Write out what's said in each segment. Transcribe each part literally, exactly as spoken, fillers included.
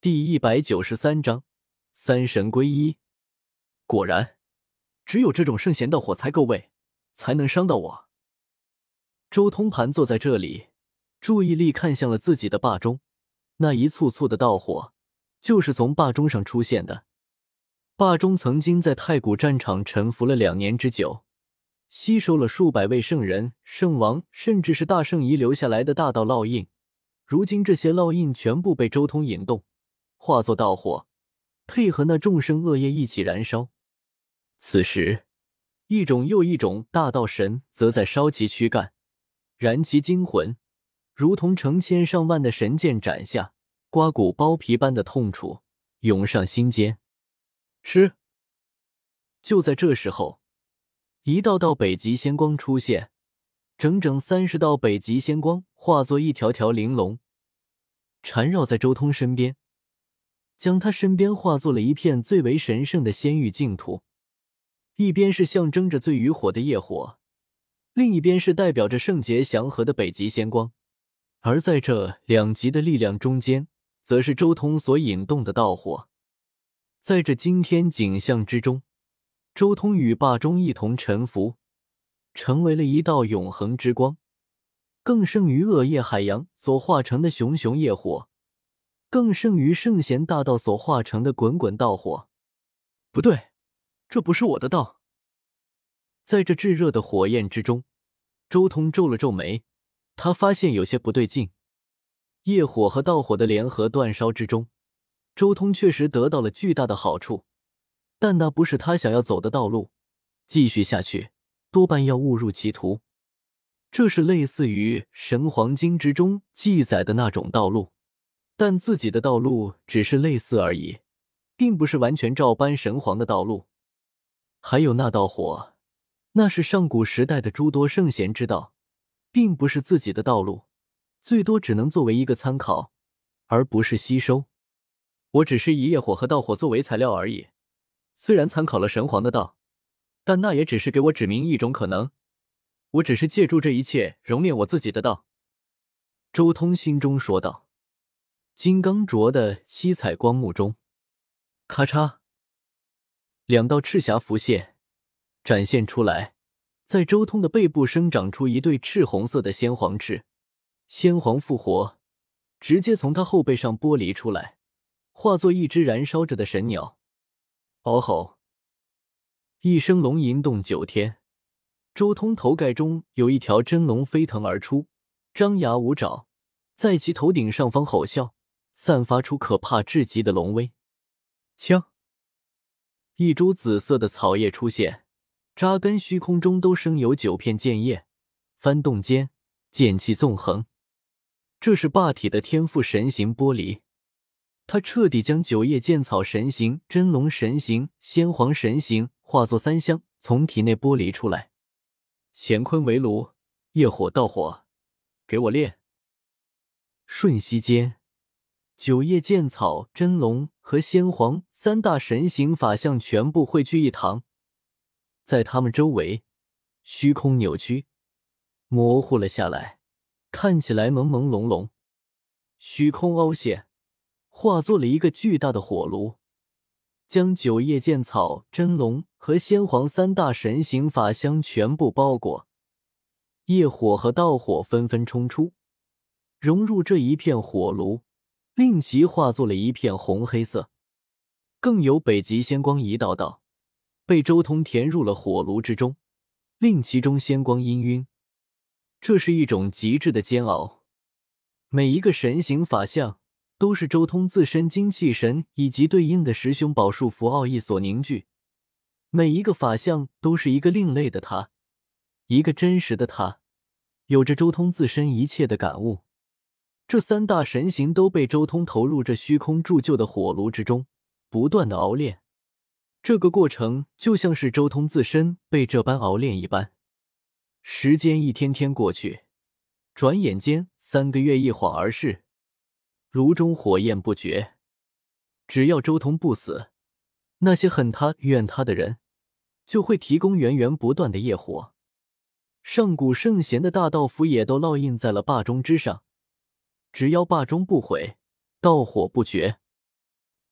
第一百九十三章三神归一。果然，只有这种圣贤道火才够味，才能伤到我。周通盘坐在这里，注意力看向了自己的霸中，那一簇簇的道火就是从霸中上出现的。霸中曾经在太古战场沉浮了两年之久，吸收了数百位圣人、圣王甚至是大圣遗留下来的大道烙印，如今这些烙印全部被周通引动，化作道火，配合那众生恶业一起燃烧。此时，一种又一种大道神则在烧其躯干，燃其精魂，如同成千上万的神剑斩下，刮骨剥皮般的痛楚涌上心间。吃！就在这时候，一道道北极仙光出现，整整三十道北极仙光化作一条条灵龙，缠绕在周通身边，将他身边化作了一片最为神圣的仙域净土。一边是象征着最余火的业火，另一边是代表着圣洁祥和的北极仙光。而在这两极的力量中间，则是周通所引动的道火。在这惊天景象之中，周通与霸中一同沉浮，成为了一道永恒之光，更胜于恶业海洋所化成的熊熊业火，更胜于圣贤大道所化成的滚滚道火。不对，这不是我的道。在这炙热的火焰之中，周通皱了皱眉，他发现有些不对劲。业火和道火的联合煅烧之中，周通确实得到了巨大的好处，但那不是他想要走的道路，继续下去多半要误入歧途。这是类似于神黄经之中记载的那种道路，但自己的道路只是类似而已，并不是完全照搬神黄的道路。还有那道火，那是上古时代的诸多圣贤之道，并不是自己的道路，最多只能作为一个参考，而不是吸收。我只是以业火和道火作为材料而已，虽然参考了神黄的道，但那也只是给我指明一种可能，我只是借助这一切熔炼我自己的道。周通心中说道。金刚镯的七彩光幕中，咔嚓，两道赤匣浮现，展现出来，在周通的背部生长出一对赤红色的仙黄翅，仙黄复活，直接从他后背上剥离出来，化作一只燃烧着的神鸟。嗷吼！一声龙吟动九天，周通头盖中有一条真龙飞腾而出，张牙舞爪，在其头顶上方吼啸，散发出可怕至极的龙威。枪！一株紫色的草叶出现，扎根虚空中都生有九片剑叶，翻动间剑气纵横。这是霸体的天赋神形剥离，他彻底将九叶剑草神形、真龙神形、仙皇神形化作三香从体内剥离出来。乾坤为炉，业火道火，给我炼！瞬息间，九叶剑草、真龙和仙皇三大神形法相全部汇聚一堂，在他们周围，虚空扭曲，模糊了下来，看起来朦朦胧胧。虚空凹陷，化作了一个巨大的火炉，将九叶剑草、真龙和仙皇三大神形法相全部包裹。业火和道火纷纷冲出，融入这一片火炉，令其化作了一片红黑色。更有北极仙光一道道被周通填入了火炉之中，令其中仙光氤氲。这是一种极致的煎熬。每一个神形法相都是周通自身精气神以及对应的十凶宝术符奥义所凝聚，每一个法相都是一个另类的他，一个真实的他，有着周通自身一切的感悟。这三大神形都被周通投入这虚空铸就的火炉之中，不断的熬炼。这个过程就像是周通自身被这般熬炼一般。时间一天天过去，转眼间三个月一晃而逝，炉中火焰不绝。只要周通不死，那些恨他怨他的人就会提供源源不断的业火。上古圣贤的大道符也都烙印在了霸中之上，只要霸中不毁，道火不绝，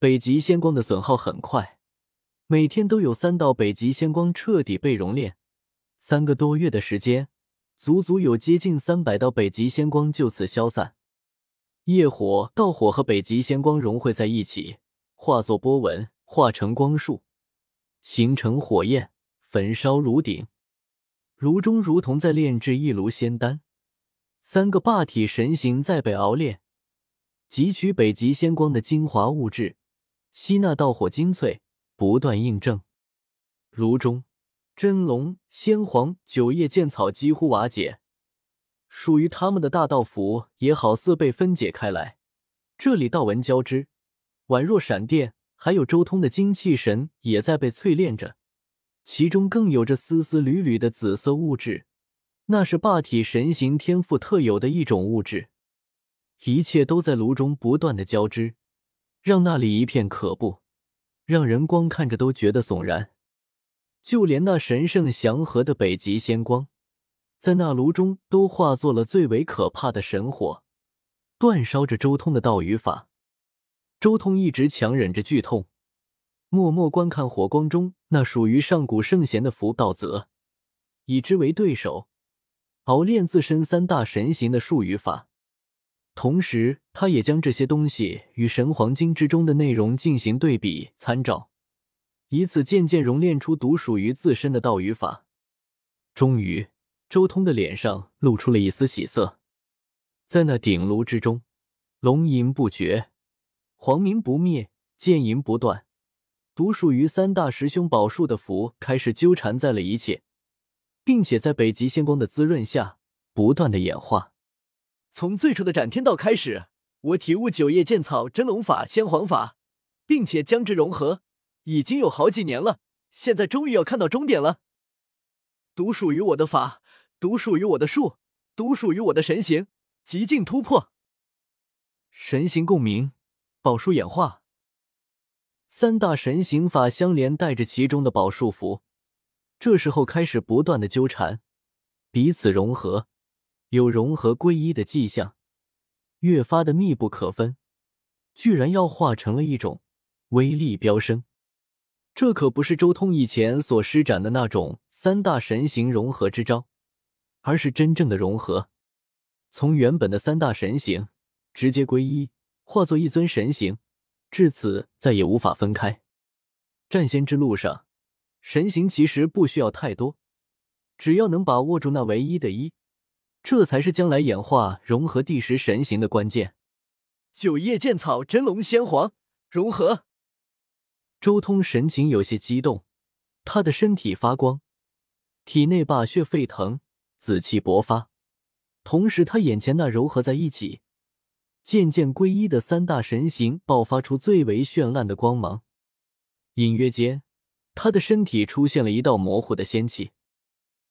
北极仙光的损耗很快，每天都有三道北极仙光彻底被熔炼，三个多月的时间，足足有接近三百道北极仙光就此消散。业火、道火和北极仙光融汇在一起，化作波纹，化成光束，形成火焰，焚烧炉鼎。炉中如同在炼制一炉仙丹，三个霸体神形在被熬炼，汲取北极仙光的精华物质，吸纳道火精粹，不断印证。炉中真龙、仙皇、九叶剑草几乎瓦解，属于他们的大道符也好似被分解开来，这里道纹交织，宛若闪电，还有周通的精气神也在被淬炼着，其中更有着丝丝缕缕的紫色物质，那是霸体神形天赋特有的一种物质。一切都在炉中不断的交织，让那里一片可怖，让人光看着都觉得悚然。就连那神圣祥和的北极仙光，在那炉中都化作了最为可怕的神火，煅烧着周通的道与法。周通一直强忍着剧痛，默默观看火光中那属于上古圣贤的符道则，以之为对手，熬炼自身三大神形的术与法。同时他也将这些东西与神黄经之中的内容进行对比参照，以此渐渐熔炼出独属于自身的道与法。终于周通的脸上露出了一丝喜色。在那鼎炉之中，龙吟不绝，黄鸣不灭，剑吟不断，独属于三大师兄宝术的符开始纠缠在了一切，并且在北极仙光的滋润下不断的演化。从最初的斩天道开始，我体悟九叶剑草真龙法、仙皇法，并且将之融合，已经有好几年了，现在终于要看到终点了。独属于我的法，独属于我的术，独属于我的神形，极尽突破。神形共鸣，宝术演化。三大神形法相连，带着其中的宝术符，这时候开始不断的纠缠，彼此融合，有融合归一的迹象，越发的密不可分，居然要化成了一种威力飙升。这可不是周通以前所施展的那种三大神形融合之招，而是真正的融合，从原本的三大神形直接归一，化作一尊神形，至此再也无法分开。战仙之路上，神形其实不需要太多，只要能把握住那唯一的一，这才是将来演化融合第十神形的关键。九叶剑草真龙仙皇融合。周通神情有些激动，他的身体发光，体内霸血沸腾，紫气勃发，同时他眼前那糅合在一起渐渐归一的三大神形爆发出最为绚烂的光芒。隐约间，他的身体出现了一道模糊的仙气。